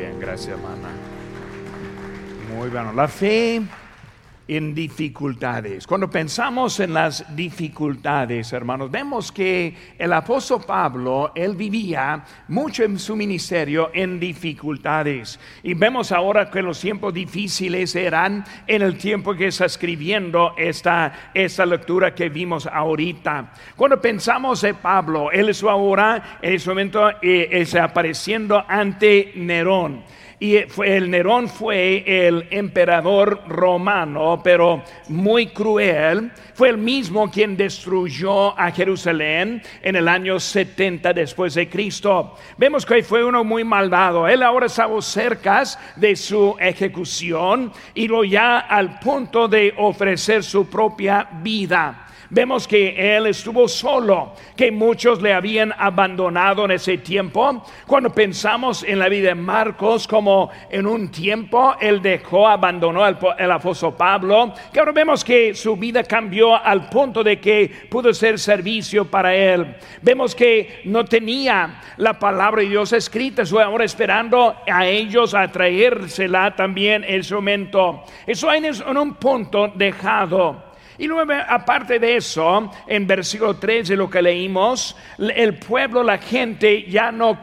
bien, gracias, hermana. Muy bueno. La fe en dificultades. Cuando pensamos en las dificultades, hermanos, vemos que el apóstol Pablo, él vivía mucho en su ministerio en dificultades. Y vemos ahora que los tiempos difíciles eran en el tiempo que está escribiendo esta lectura que vimos ahorita. Cuando pensamos en Pablo, él es ahora, en ese momento, está apareciendo ante Nerón. Y el Nerón fue el emperador romano, pero muy cruel. Fue el mismo quien destruyó a Jerusalén en el año 70 después de Cristo. Vemos que fue uno muy malvado. Él ahora estaba cerca de su ejecución y lo ya al punto de ofrecer su propia vida. Vemos que él estuvo solo, que muchos le habían abandonado en ese tiempo. Cuando pensamos en la vida de Marcos, como en un tiempo él abandonó al apóstol Pablo, que ahora vemos que su vida cambió al punto de que pudo ser servicio para él. Vemos que no tenía la palabra de Dios escrita, estuvo ahora esperando a ellos a traérsela también en ese momento. Eso es en un punto dejado. Y luego, aparte de eso, en versículo 3 de lo que leímos, el pueblo, la gente ya no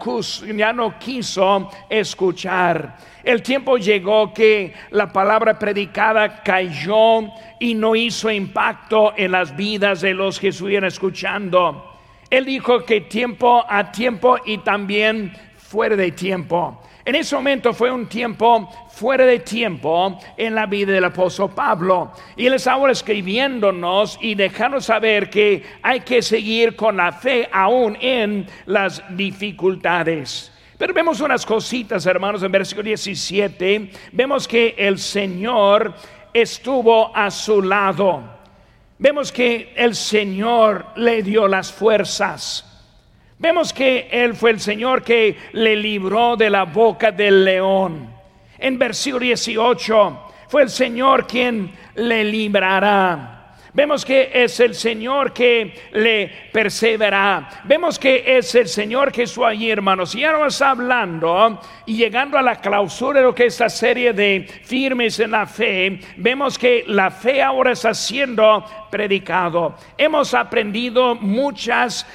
quiso escuchar. El tiempo llegó que la palabra predicada cayó y no hizo impacto en las vidas de los que estuvieron escuchando. Él dijo que tiempo a tiempo y también fuera de tiempo. En ese momento fue un tiempo fuera de tiempo en la vida del apóstol Pablo. Y él está ahora escribiéndonos y dejándonos saber que hay que seguir con la fe aún en las dificultades. Pero vemos unas cositas, hermanos, en versículo 17. Vemos que el Señor estuvo a su lado. Vemos que el Señor le dio las fuerzas. Vemos que Él fue el Señor que le libró de la boca del león. En versículo 18, fue el Señor quien le librará. Vemos que es el Señor que le perseverará. Vemos que es el Señor que estuvo allí, hermanos. Y ya nos está hablando y llegando a la clausura de lo que es esta serie de firmes en la fe. Vemos que la fe ahora está siendo predicado. Hemos aprendido muchos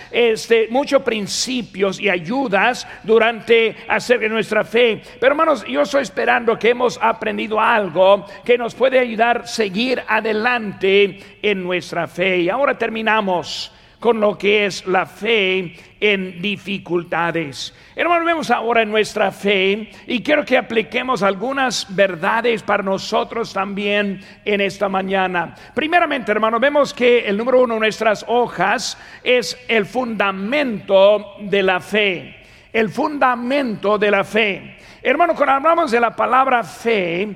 principios y ayudas durante acerca de nuestra fe. Pero hermanos, yo estoy esperando que hemos aprendido algo que nos puede ayudar a seguir adelante en nuestra fe. Y ahora terminamos con lo que es la fe en dificultades. Hermanos, vemos ahora en nuestra fe y quiero que apliquemos algunas verdades para nosotros también en esta mañana. Primeramente, hermanos, vemos que el número 1 de nuestras hojas es el fundamento de la fe. El fundamento de la fe. Hermano, cuando hablamos de la palabra fe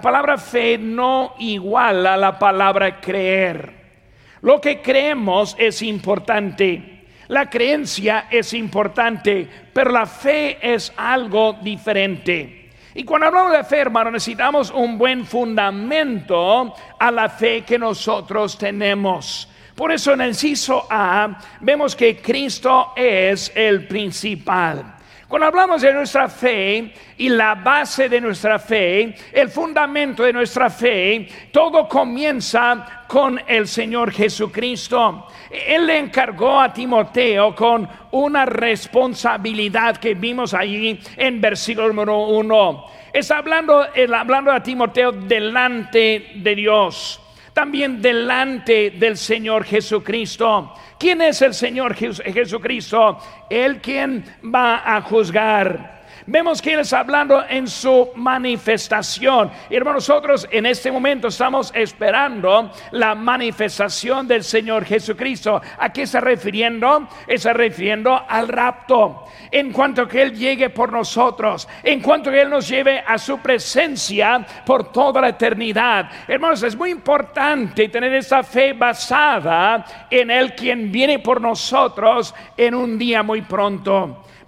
no iguala a la palabra creer. Lo que creemos es importante, la creencia es importante, pero la fe es algo diferente. Y cuando hablamos de fe, hermano, necesitamos un buen fundamento a la fe que nosotros tenemos. Por eso en el inciso A vemos que Cristo es el principal. Cuando hablamos de nuestra fe y la base de nuestra fe, el fundamento de nuestra fe, todo comienza con el Señor Jesucristo. Él le encargó a Timoteo con una responsabilidad que vimos allí en versículo número 1. Está hablando a Timoteo delante de Dios, también delante del Señor Jesucristo. ¿Quién es el Señor Jesucristo? Él quien va a juzgar. Vemos que Él está hablando en su manifestación. Y hermanos, nosotros en este momento estamos esperando la manifestación del Señor Jesucristo. ¿A qué está refiriendo? Está refiriendo al rapto. En cuanto que Él llegue por nosotros, en cuanto que Él nos lleve a su presencia por toda la eternidad. Hermanos, es muy importante tener esa fe basada en Él quien viene por nosotros en un día muy pronto.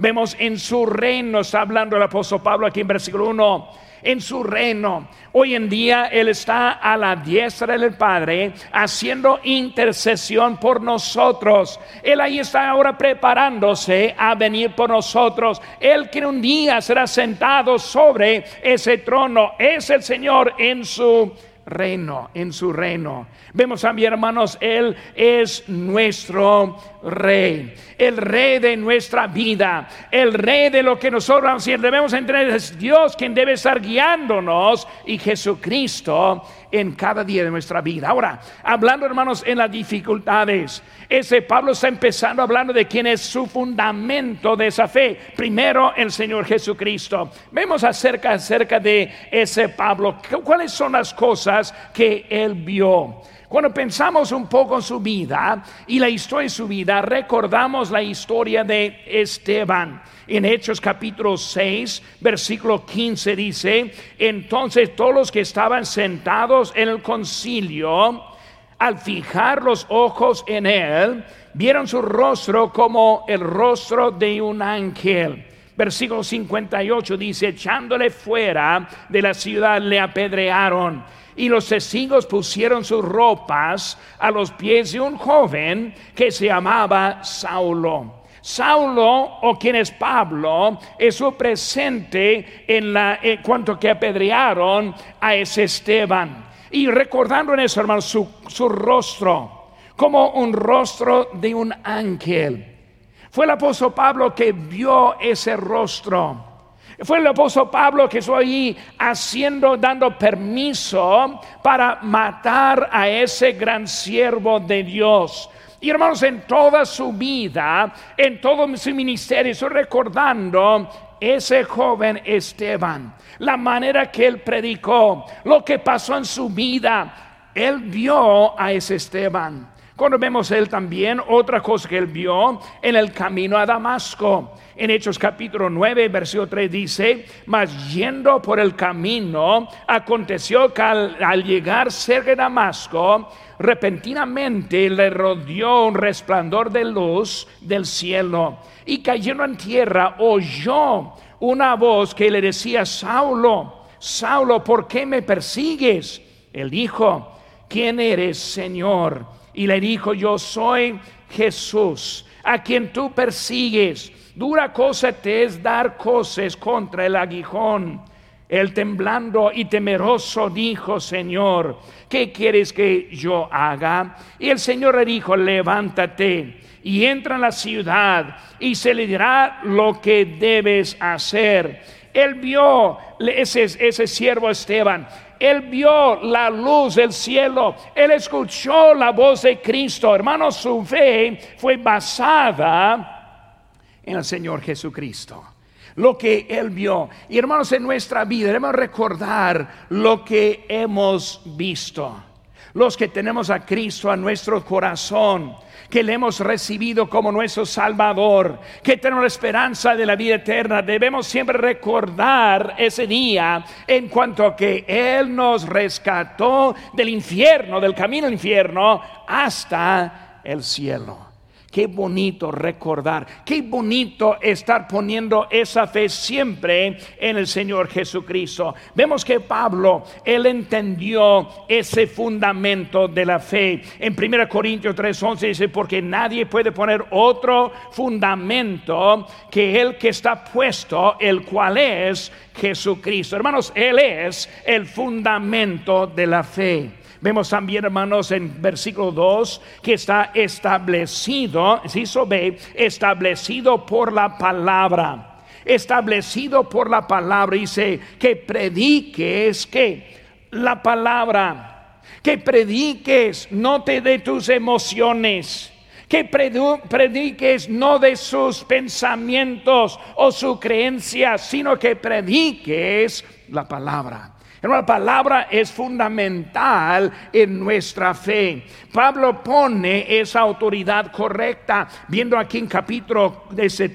Vemos en su reino, está hablando el apóstol Pablo aquí en versículo 1. En su reino, hoy en día Él está a la diestra del Padre haciendo intercesión por nosotros. Él ahí está ahora preparándose a venir por nosotros. Él que un día será sentado sobre ese trono, es el Señor en su reino, en su reino. Vemos también, hermanos, Él es nuestro Rey, el Rey de nuestra vida, el Rey de lo que nosotros debemos entender. Es Dios quien debe estar guiándonos y Jesucristo en cada día de nuestra vida. Ahora, hablando, hermanos, en las dificultades, Pablo está empezando hablando de quién es su fundamento de esa fe. Primero, el Señor Jesucristo. Vemos acerca de ese Pablo, cuáles son las cosas que él vio. Cuando pensamos un poco en su vida y la historia de su vida, recordamos la historia de Esteban. En Hechos capítulo 6, versículo 15 dice: entonces todos los que estaban sentados en el concilio, al fijar los ojos en él, vieron su rostro como el rostro de un ángel. Versículo 58 dice: echándole fuera de la ciudad le apedrearon, y los testigos pusieron sus ropas a los pies de un joven que se llamaba Saulo. Saulo, o quien es Pablo, es su presente en cuanto que apedrearon a ese Esteban. Y recordando en eso, hermanos, su rostro como un rostro de un ángel. Fue el apóstol Pablo que vio ese rostro. Fue el apóstol Pablo que estuvo ahí dando permiso para matar a ese gran siervo de Dios. Y hermanos, en toda su vida, en todo su ministerio, estoy recordando ese joven Esteban, la manera que él predicó, lo que pasó en su vida. Él vio a ese Esteban. Cuando vemos él también, otra cosa que él vio en el camino a Damasco. En Hechos capítulo 9, versículo 3 dice: mas yendo por el camino, aconteció que al llegar cerca de Damasco, repentinamente le rodeó un resplandor de luz del cielo, y cayendo en tierra oyó una voz que le decía: Saulo, Saulo, ¿por qué me persigues? Él dijo: ¿quién eres, Señor? Y le dijo: yo soy Jesús, a quien tú persigues. Dura cosa te es dar coces contra el aguijón. Él, temblando y temeroso, dijo: Señor, ¿qué quieres que yo haga? Y el Señor le dijo: levántate y entra en la ciudad, y se le dirá lo que debes hacer. Él vio ese siervo Esteban. Él vio la luz del cielo. Él escuchó la voz de Cristo. Hermanos, su fe fue basada en el Señor Jesucristo. Lo que él vio. Y hermanos, en nuestra vida debemos recordar lo que hemos visto. Los que tenemos a Cristo en nuestro corazón, que le hemos recibido como nuestro Salvador, que tenemos la esperanza de la vida eterna, debemos siempre recordar ese día en cuanto a que Él nos rescató del infierno, del camino al infierno, hasta el cielo. Qué bonito recordar, qué bonito estar poniendo esa fe siempre en el Señor Jesucristo. Vemos que Pablo, él entendió ese fundamento de la fe. En 1 Corintios 3:11 dice: porque nadie puede poner otro fundamento que el que está puesto, el cual es Jesucristo. Hermanos, Él es el fundamento de la fe. Vemos también, hermanos, en versículo 2 que está establecido, establecido por la palabra. Establecido por la palabra. Dice que prediques la palabra. Que prediques no de tus emociones. Que prediques no de sus pensamientos o sus creencias, sino que prediques la palabra. La palabra es fundamental en nuestra fe. Pablo pone esa autoridad correcta. Viendo aquí en capítulo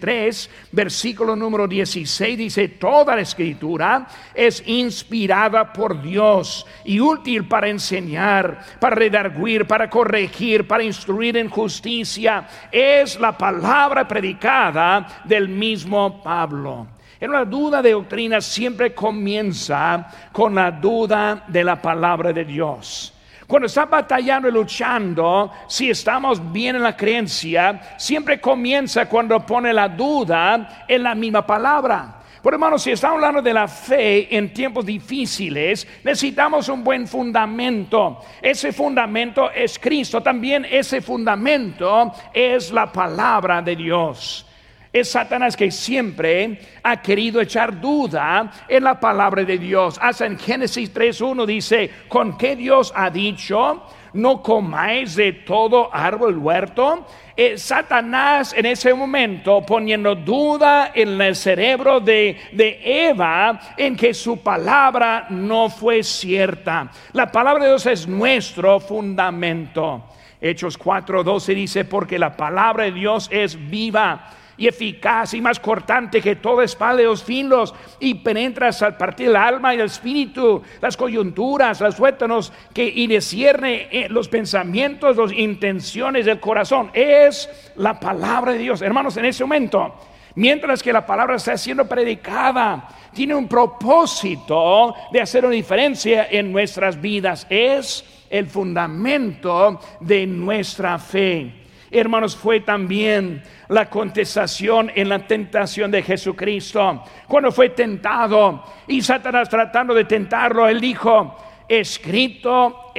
3, versículo número 16, dice: toda la escritura es inspirada por Dios y útil para enseñar, para redarguir, para corregir, para instruir en justicia. Es la palabra predicada del mismo Pablo. En una duda de doctrina siempre comienza con la duda de la palabra de Dios. Cuando está batallando y luchando, si estamos bien en la creencia, siempre comienza cuando pone la duda en la misma palabra. Por hermanos, si estamos hablando de la fe en tiempos difíciles, necesitamos un buen fundamento. Ese fundamento es Cristo. También ese fundamento es la palabra de Dios. Es Satanás que siempre ha querido echar duda en la palabra de Dios. Hasta en Génesis 3:1 dice: ¿con qué Dios ha dicho? No comáis de todo árbol del huerto. Satanás en ese momento poniendo duda en el cerebro de Eva en que su palabra no fue cierta. La palabra de Dios es nuestro fundamento. Hechos 4:12 dice: porque la palabra de Dios es viva y eficaz y más cortante que toda espada de dos filos, y penetra hasta partir el alma y el espíritu, las coyunturas, los tuétanos, y discierne los pensamientos, las intenciones del corazón. Es la palabra de Dios. Hermanos, en ese momento, mientras que la palabra está siendo predicada, tiene un propósito de hacer una diferencia en nuestras vidas. Es el fundamento de nuestra fe. Hermanos, fue también la contestación en la tentación de Jesucristo. Cuando fue tentado y Satanás tratando de tentarlo, él dijo: escrito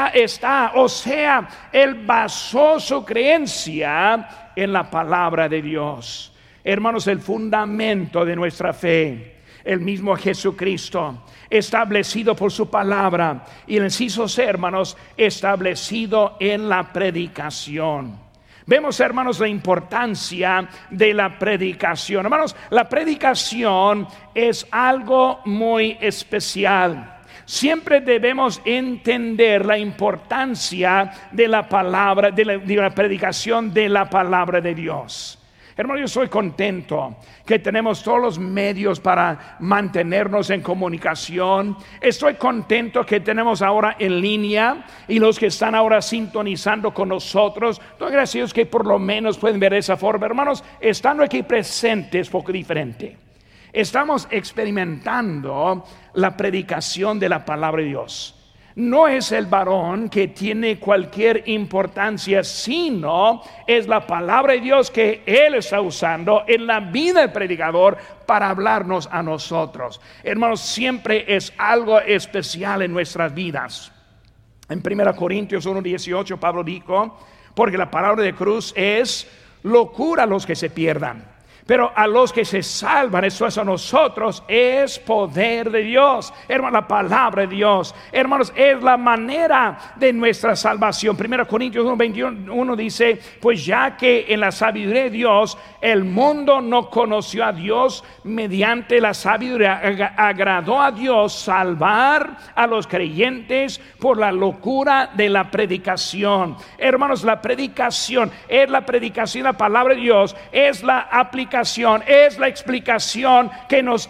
está. O sea, él basó su creencia en la palabra de Dios. Hermanos, el fundamento de nuestra fe, el mismo Jesucristo, establecido por su palabra, y el inciso C, hermanos, establecido en la predicación. Vemos, hermanos, la importancia de la predicación. Hermanos, la predicación es algo muy especial. Siempre debemos entender la importancia de la palabra, de la predicación de la palabra de Dios. Hermano, yo soy contento que tenemos todos los medios para mantenernos en comunicación. Estoy contento que tenemos ahora en línea y los que están ahora sintonizando con nosotros. Doy gracias a Dios que por lo menos pueden ver de esa forma. Hermanos, estando aquí presentes es poco diferente. Estamos experimentando la predicación de la palabra de Dios. No es el varón que tiene cualquier importancia, sino es la palabra de Dios que Él está usando en la vida del predicador para hablarnos a nosotros. Hermanos, siempre es algo especial en nuestras vidas. En 1 Corintios 1:18 Pablo dijo: porque la palabra de cruz es locura a los que se pierdan, pero a los que se salvan, eso es a nosotros, es poder de Dios. Hermanos, la palabra de Dios, hermanos, es la manera de nuestra salvación. 1 Corintios 1:21 dice: pues ya que en la sabiduría de Dios el mundo no conoció a Dios, mediante la sabiduría agradó a Dios salvar a los creyentes por la locura de la predicación. Hermanos, la predicación es la predicación, la palabra de Dios es la aplicación, es la explicación que nos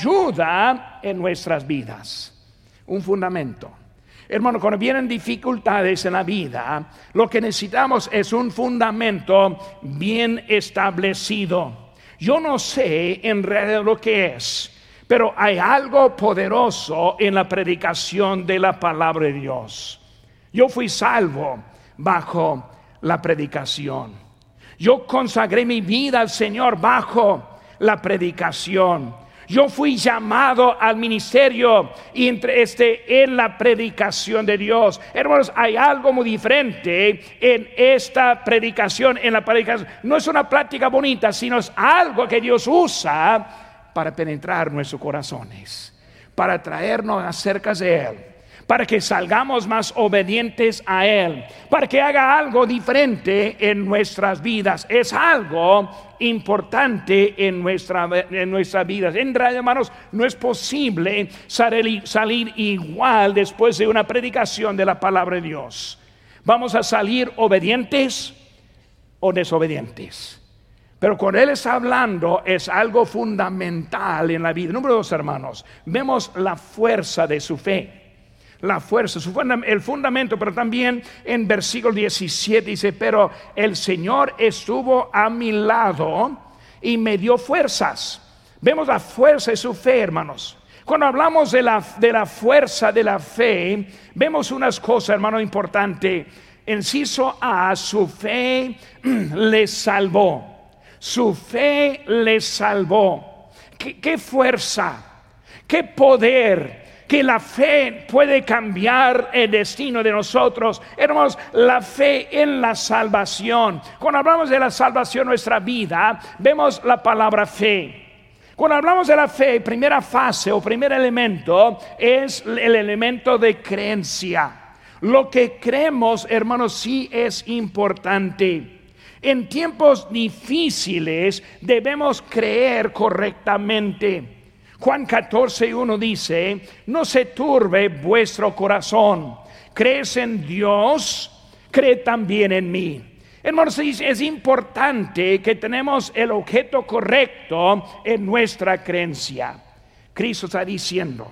ayuda en nuestras vidas. Un fundamento. Hermano, cuando vienen dificultades en la vida, lo que necesitamos es un fundamento bien establecido. Yo no sé en realidad lo que es, pero hay algo poderoso en la predicación de la palabra de Dios. Yo fui salvo bajo la predicación. Yo consagré mi vida al Señor bajo la predicación. Yo fui llamado al ministerio y en la predicación de Dios. Hermanos, hay algo muy diferente en esta predicación, en la predicación. No es una plática bonita, sino es algo que Dios usa para penetrar nuestros corazones, para traernos acerca de Él, para que salgamos más obedientes a Él, para que haga algo diferente en nuestras vidas. Es algo importante en nuestras vidas. En realidad, hermanos, no es posible salir igual después de una predicación de la palabra de Dios. Vamos a salir obedientes o desobedientes. Pero cuando Él está hablando es algo fundamental en la vida. Número 2, hermanos, vemos la fuerza de su fe. La fuerza, el fundamento, pero también en versículo 17 dice: pero el Señor estuvo a mi lado y me dio fuerzas. Vemos la fuerza de su fe, hermanos. Cuando hablamos de la fuerza de la fe, vemos unas cosas, hermano, importante. Inciso A: su fe le salvó. Su fe le salvó. ¿Qué fuerza? ¿Qué poder? Que la fe puede cambiar el destino de nosotros. Hermanos, la fe en la salvación. Cuando hablamos de la salvación en nuestra vida, vemos la palabra fe. Cuando hablamos de la fe, primera fase o primer elemento es el elemento de creencia. Lo que creemos, hermanos, sí es importante. En tiempos difíciles debemos creer correctamente. Juan 14:1 dice: no se turbe vuestro corazón. Crees en Dios, cree también en mí. Hermanos, es importante que tenemos el objeto correcto en nuestra creencia. Cristo está diciendo: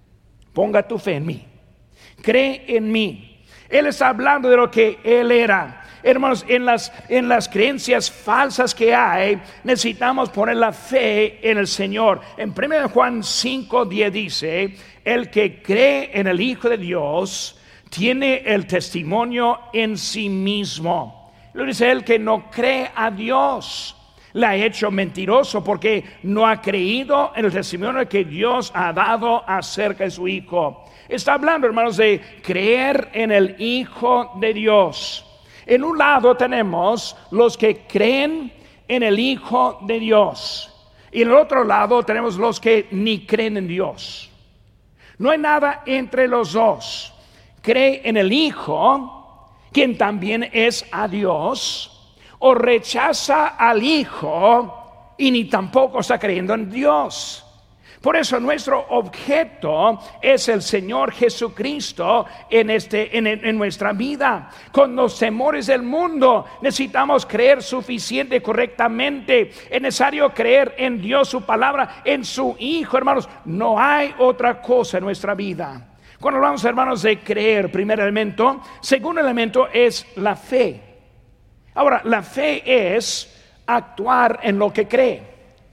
ponga tu fe en mí, cree en mí. Él está hablando de lo que Él era. Hermanos, en las creencias falsas que hay, necesitamos poner la fe en el Señor. En 1 Juan 5:10 dice: el que cree en el Hijo de Dios tiene el testimonio en sí mismo. Lo dice: el que no cree a Dios le ha hecho mentiroso, porque no ha creído en el testimonio que Dios ha dado acerca de su Hijo. Está hablando, hermanos, de creer en el Hijo de Dios. En un lado tenemos los que creen en el Hijo de Dios, y en el otro lado tenemos los que ni creen en Dios. No hay nada entre los dos. Cree en el Hijo, quien también es a Dios, o rechaza al Hijo y ni tampoco está creyendo en Dios. Por eso nuestro objeto es el Señor Jesucristo en nuestra vida. Con los temores del mundo necesitamos creer suficiente, correctamente. Es necesario creer en Dios, su palabra, en su Hijo, hermanos. No hay otra cosa en nuestra vida. Cuando hablamos, hermanos, de creer, primer elemento. Segundo elemento es la fe. Ahora, la fe es actuar en lo que cree.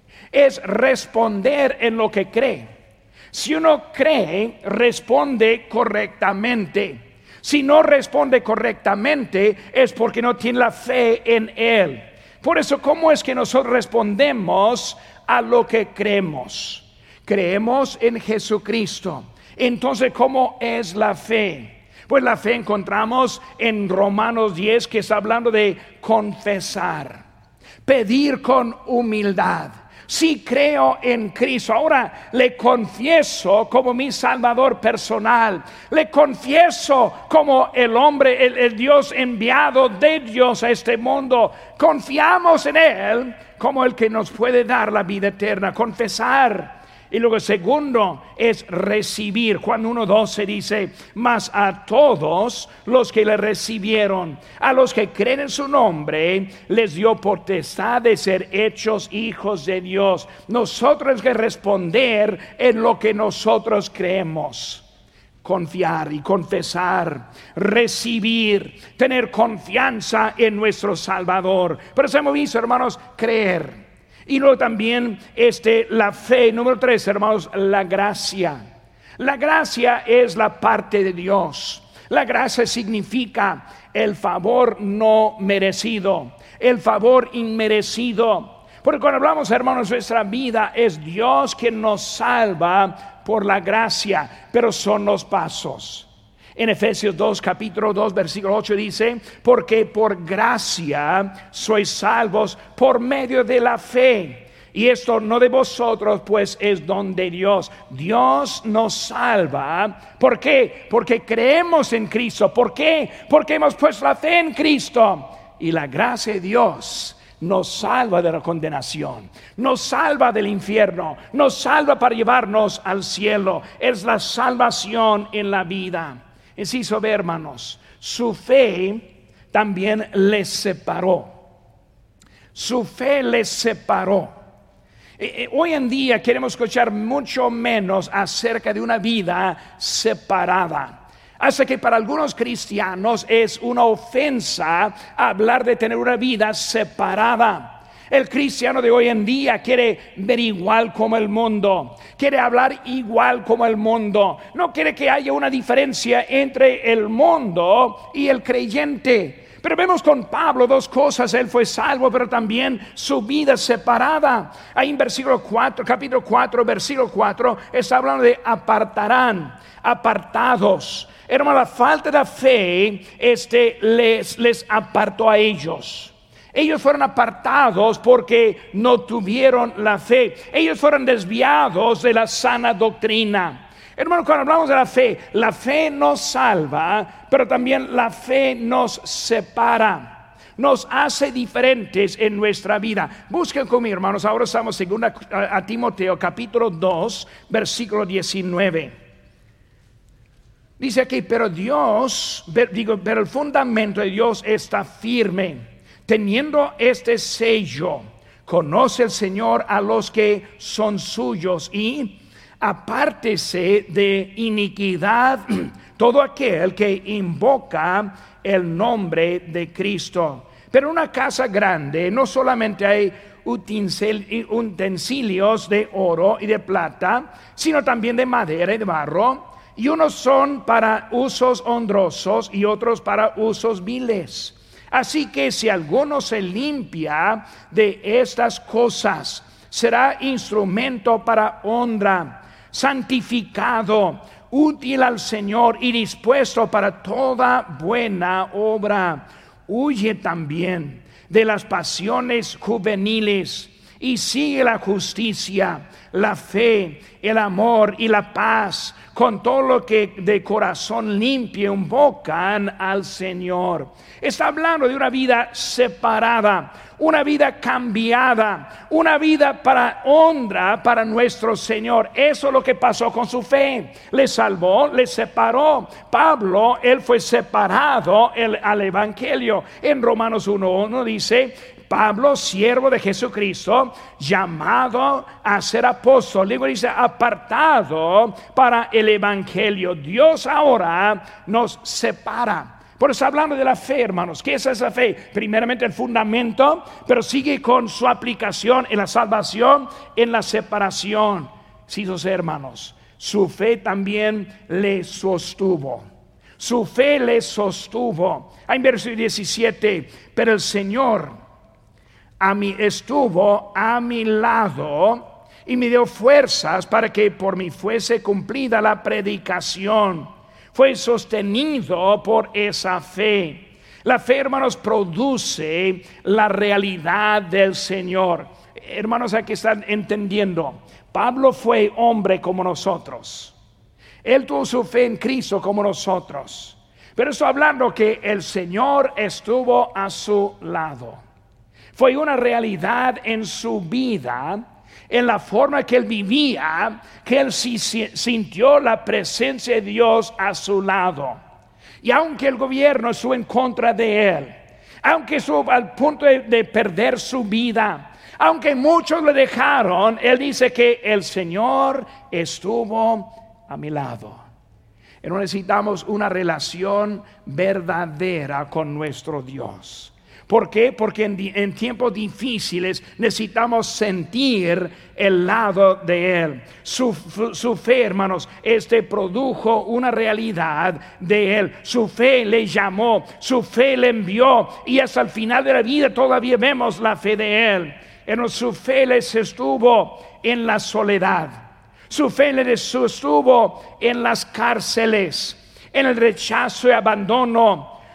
Es responder en lo que cree. Si uno cree, responde correctamente. Si no responde correctamente, es porque no tiene la fe en Él. Por eso, ¿cómo es que nosotros respondemos a lo que creemos? Creemos en Jesucristo. Entonces, ¿cómo es la fe? Pues la fe encontramos en Romanos 10, que está hablando de confesar, pedir con humildad. Sí, creo en Cristo. Ahora le confieso como mi Salvador personal. Le confieso como el hombre, el Dios enviado de Dios a este mundo. Confiamos en Él como el que nos puede dar la vida eterna. Confesar. Y luego el segundo es recibir. Juan 1:12 dice: mas a todos los que le recibieron, a los que creen en su nombre, les dio potestad de ser hechos hijos de Dios. Nosotros tenemos que responder en lo que nosotros creemos. Confiar y confesar, recibir, tener confianza en nuestro Salvador. Por eso hemos visto, hermanos, creer. Y luego también la fe. Número 3, hermanos, la gracia. La gracia es la parte de Dios. La gracia significa el favor no merecido, el favor inmerecido. Porque cuando hablamos, hermanos, nuestra vida es Dios quien nos salva por la gracia, pero son los pasos. En Efesios 2, capítulo 2, versículo 8 dice: porque por gracia sois salvos por medio de la fe. Y esto no de vosotros, pues es don de Dios. Dios nos salva. ¿Por qué? Porque creemos en Cristo. ¿Por qué? Porque hemos puesto la fe en Cristo. Y la gracia de Dios nos salva de la condenación, nos salva del infierno, nos salva para llevarnos al cielo. Es la salvación en la vida. Inciso B, hermanos, su fe también les separó. Su fe les separó. Hoy en día queremos escuchar mucho menos acerca de una vida separada. Hace que para algunos cristianos es una ofensa hablar de tener una vida separada. El cristiano de hoy en día quiere ver igual como el mundo, quiere hablar igual como el mundo, no quiere que haya una diferencia entre el mundo y el creyente. Pero vemos con Pablo dos cosas: él fue salvo, pero también su vida separada. Ahí en versículo 4, capítulo 4, versículo 4, está hablando de apartarán, apartados. Hermano, la falta de fe les apartó a ellos. Ellos fueron apartados porque no tuvieron la fe. Ellos fueron desviados de la sana doctrina. Hermano, cuando hablamos de la fe nos salva, pero también la fe nos separa, nos hace diferentes en nuestra vida. Busquen conmigo, hermanos, ahora estamos en 2 Timoteo capítulo 2, versículo 19. Dice aquí, pero el fundamento de Dios está firme, teniendo este sello. Conoce el Señor a los que son suyos y apártese de iniquidad todo aquel que invoca el nombre de Cristo. Pero en una casa grande no solamente hay utensilios de oro y de plata, sino también de madera y de barro, y unos son para usos honrosos y otros para usos viles. Así que si alguno se limpia de estas cosas, será instrumento para honra, santificado, útil al Señor y dispuesto para toda buena obra. Huye también de las pasiones juveniles y sigue la justicia, la fe, el amor y la paz, con todo lo que de corazón limpio invocan al Señor. Está hablando de una vida separada, una vida cambiada, una vida para honra para nuestro Señor. Eso es lo que pasó con su fe. Le salvó, le separó. Pablo, él fue separado al evangelio. En Romanos 1:1 dice: Pablo, siervo de Jesucristo, llamado a ser apóstol. Luego dice apartado para el evangelio. Dios ahora nos separa. Por eso hablando de la fe, hermanos, ¿qué es esa fe? Primeramente el fundamento, pero sigue con su aplicación en la salvación, en la separación. Sí, hermanos, su fe también le sostuvo. Su fe le sostuvo. Hay en versículo 17, pero el Señor estuvo a mi lado y me dio fuerzas para que por mí fuese cumplida la predicación. Fue sostenido por esa fe. La fe, hermanos, produce la realidad del Señor. Hermanos, aquí están entendiendo. Pablo fue hombre como nosotros. Él tuvo su fe en Cristo como nosotros. Pero estoy hablando que el Señor estuvo a su lado. Fue una realidad en su vida, en la forma que él vivía, que él sintió la presencia de Dios a su lado. Y aunque el gobierno estuvo en contra de él, aunque estuvo al punto de perder su vida, aunque muchos le dejaron, él dice que el Señor estuvo a mi lado. Y necesitamos una relación verdadera con nuestro Dios. ¿Por qué? Porque en tiempos difíciles necesitamos sentir el lado de Él. Su fe, hermanos, produjo una realidad de Él. Su fe le llamó, su fe le envió, y hasta el final de la vida todavía vemos la fe de Él. Su fe le sostuvo en la soledad. Su fe le sostuvo en las cárceles, en el rechazo y abandono.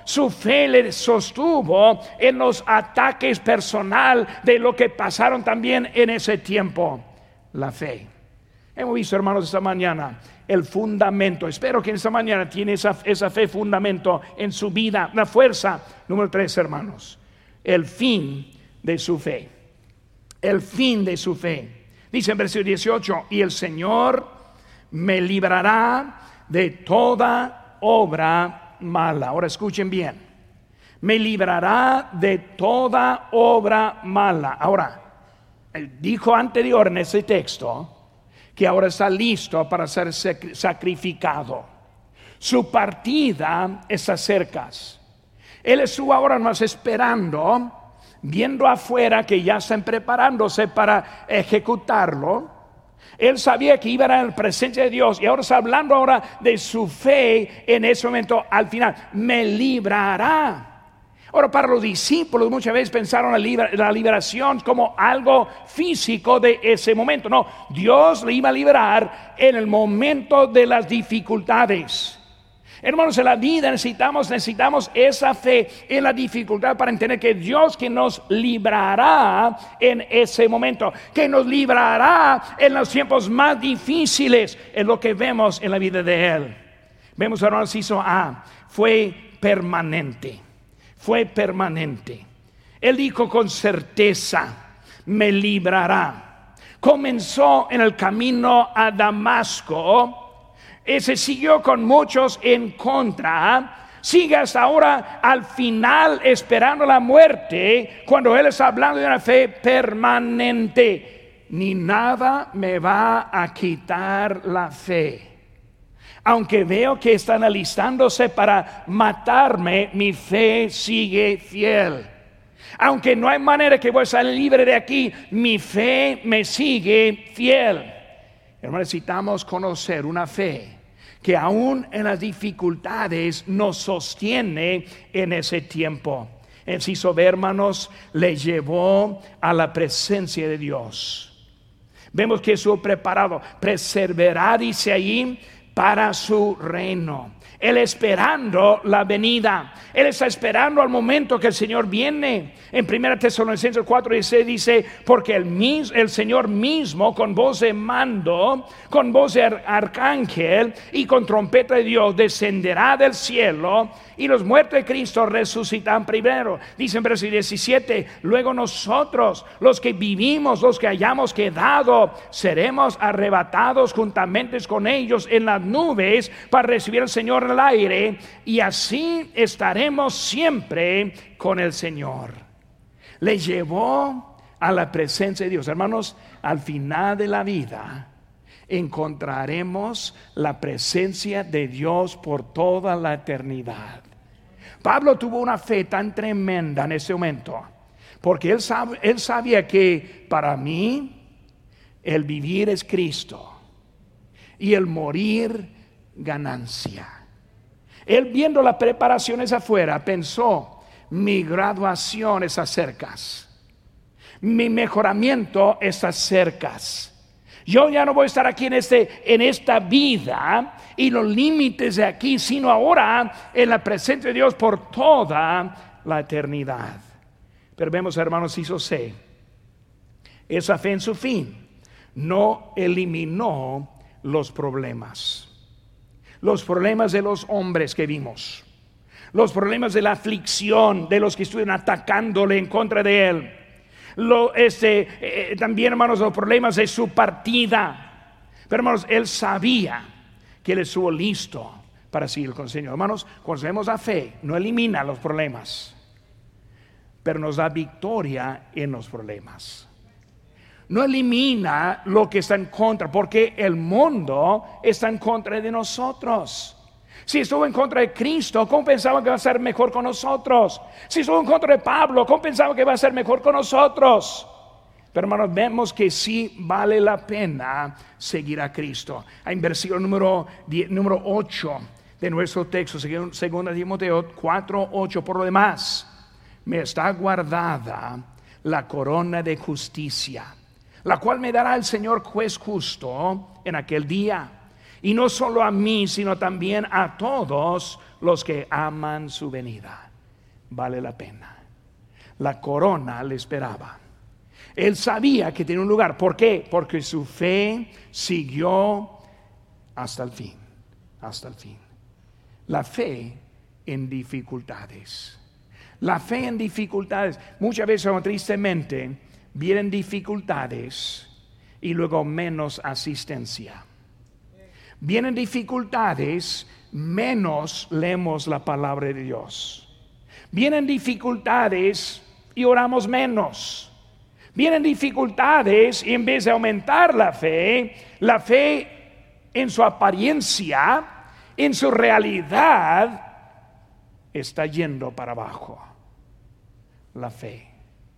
Su fe le sostuvo en los ataques personal de lo que pasaron también en ese tiempo. La fe. Hemos visto, hermanos, esta mañana el fundamento. Espero que esta mañana tiene esa fe fundamento en su vida. La fuerza. Número 3, hermanos. El fin de su fe. El fin de su fe. Dice en versículo 18: y el Señor me librará de toda obra mala. Ahora escuchen bien. Me librará de toda obra mala. Ahora, dijo anterior en ese texto que ahora está listo para ser sacrificado. Su partida está cerca. Él estuvo ahora más esperando, viendo afuera que ya están preparándose para ejecutarlo. Él sabía que iba a la presencia de Dios, y ahora está hablando ahora de su fe en ese momento. Al final, me librará. Ahora, para los discípulos muchas veces pensaron la liberación como algo físico de ese momento. No, Dios le iba a liberar en el momento de las dificultades. Hermanos, en la vida necesitamos esa fe en la dificultad para entender que Dios que nos librará en ese momento, que nos librará en los tiempos más difíciles, es lo que vemos en la vida de Él. Vemos, hermanos, inciso A, fue permanente. Fue permanente. Él dijo con certeza: me librará. Comenzó en el camino a Damasco. Se siguió con muchos en contra. Sigue hasta ahora al final esperando la muerte, cuando Él está hablando de una fe permanente. Ni nada me va a quitar la fe. Aunque veo que están alistándose para matarme, mi fe sigue fiel. Aunque no hay manera que voy a salir libre de aquí, mi fe me sigue fiel. Hermanos, necesitamos conocer una fe que aún en las dificultades nos sostiene en ese tiempo. El inciso B, hermanos, le llevó a la presencia de Dios. Vemos que estuvo preparado, perseverar, dice allí, para su reino. Él esperando la venida. Él está esperando al momento que el Señor viene. En 1 Tesalonicenses 4:16 dice: porque el Señor mismo, con voz de mando, con voz de arcángel y con trompeta de Dios, descenderá del cielo, y los muertos de Cristo resucitarán primero. Dice en versículo 17: luego nosotros, los que vivimos, los que hayamos quedado, seremos arrebatados juntamente con ellos en las nubes para recibir al Señor en el aire, y así estaremos siempre con el Señor. Le llevó a la presencia de Dios. Hermanos, al final de la vida encontraremos la presencia de Dios por toda la eternidad. Pablo tuvo una fe tan tremenda en ese momento, porque él sabía que para mí el vivir es Cristo y el morir ganancia. Él, viendo las preparaciones afuera, pensó: mi graduación está cerca, mi mejoramiento está cerca. Yo ya no voy a estar aquí en esta vida y los límites de aquí, sino ahora en la presencia de Dios por toda la eternidad. Pero vemos, hermanos, inciso C, esa fe en su fin no eliminó los problemas. Los problemas de los hombres que vimos, los problemas de la aflicción de los que estuvieron atacándole en contra de él, también, hermanos, los problemas de su partida. Pero, hermanos, él sabía que él estuvo listo para seguir con el Señor. Hermanos, cuando tenemos la fe, no elimina los problemas, pero nos da victoria en los problemas. No elimina lo que está en contra, porque el mundo está en contra de nosotros. Si estuvo en contra de Cristo, ¿cómo pensaba que va a ser mejor con nosotros? Si estuvo en contra de Pablo, ¿cómo pensaba que va a ser mejor con nosotros? Pero, hermanos, vemos que sí vale la pena seguir a Cristo. En versículo número 8 de nuestro texto, 2 Timoteo 4:8: por lo demás, me está guardada la corona de justicia, la cual me dará el Señor juez justo en aquel día, Y no solo a mí, sino también a todos los que aman su venida. Vale la pena. La corona le esperaba. Él sabía que tenía un lugar. ¿Por qué? Porque su fe siguió hasta el fin. Hasta el fin. La fe en dificultades. La fe en dificultades. Muchas veces, tristemente, vienen dificultades y luego menos asistencia. Vienen dificultades, menos leemos la palabra de Dios. Vienen dificultades y oramos menos. Vienen dificultades y en vez de aumentar la fe en su apariencia, en su realidad, está yendo para abajo. La fe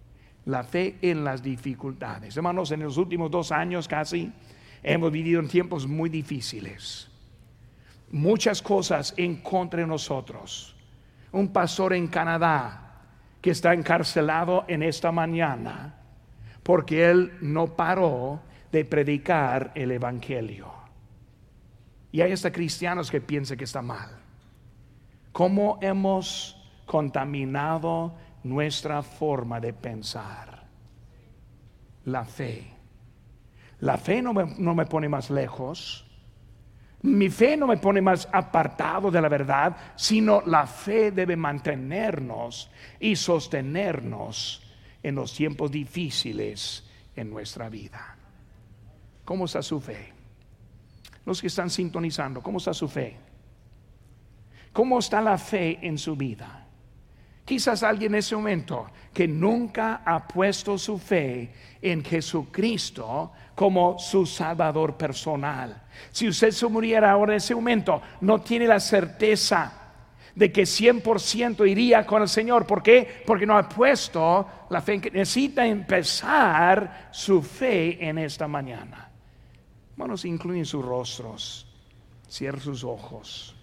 en las dificultades. Hermanos, en los últimos 2 años casi hemos vivido en tiempos muy difíciles. Muchas cosas en contra de nosotros. Un pastor en Canadá que está encarcelado en esta mañana porque él no paró de predicar el evangelio. Y hay hasta cristianos que piensan que está mal. ¿Cómo hemos contaminado nuestra forma de pensar? La fe no me pone más lejos. Mi fe no me pone más apartado de la verdad, sino la fe debe mantenernos y sostenernos en los tiempos difíciles en nuestra vida. ¿Cómo está su fe? Los que están sintonizando, ¿cómo está su fe? ¿Cómo está la fe en su vida? Quizás alguien en ese momento que nunca ha puesto su fe en Jesucristo como su Salvador personal. Si usted se muriera ahora en ese momento, no tiene la certeza de que 100% iría con el Señor. ¿Por qué? Porque no ha puesto la fe. Necesita empezar su fe en esta mañana. Manos, inclinen sus rostros, cierren sus ojos.